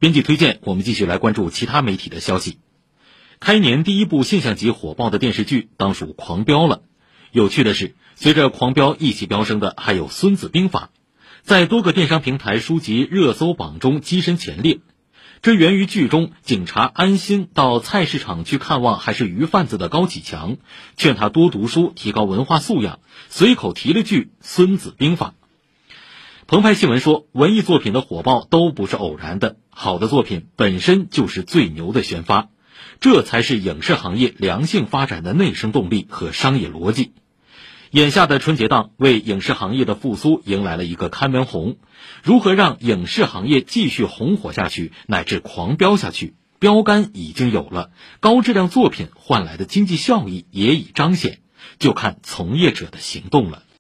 编辑推荐，我们继续来关注其他媒体的消息。开年第一部现象级火爆的电视剧当属《狂飙》了。有趣的是，随着《狂飙》一起飙升的还有《孙子兵法》，在多个电商平台书籍热搜榜中跻身前列。这源于剧中警察安心到菜市场去看望还是鱼贩子的高启强，劝他多读书，提高文化素养，随口提了句《孙子兵法》。澎湃新闻说，文艺作品的火爆都不是偶然的，好的作品本身就是最牛的宣发，这才是影视行业良性发展的内生动力和商业逻辑。眼下的春节档为影视行业的复苏迎来了一个看门红，如何让影视行业继续红火下去，乃至狂飙下去，标杆已经有了，高质量作品换来的经济效益也已彰显，就看从业者的行动了。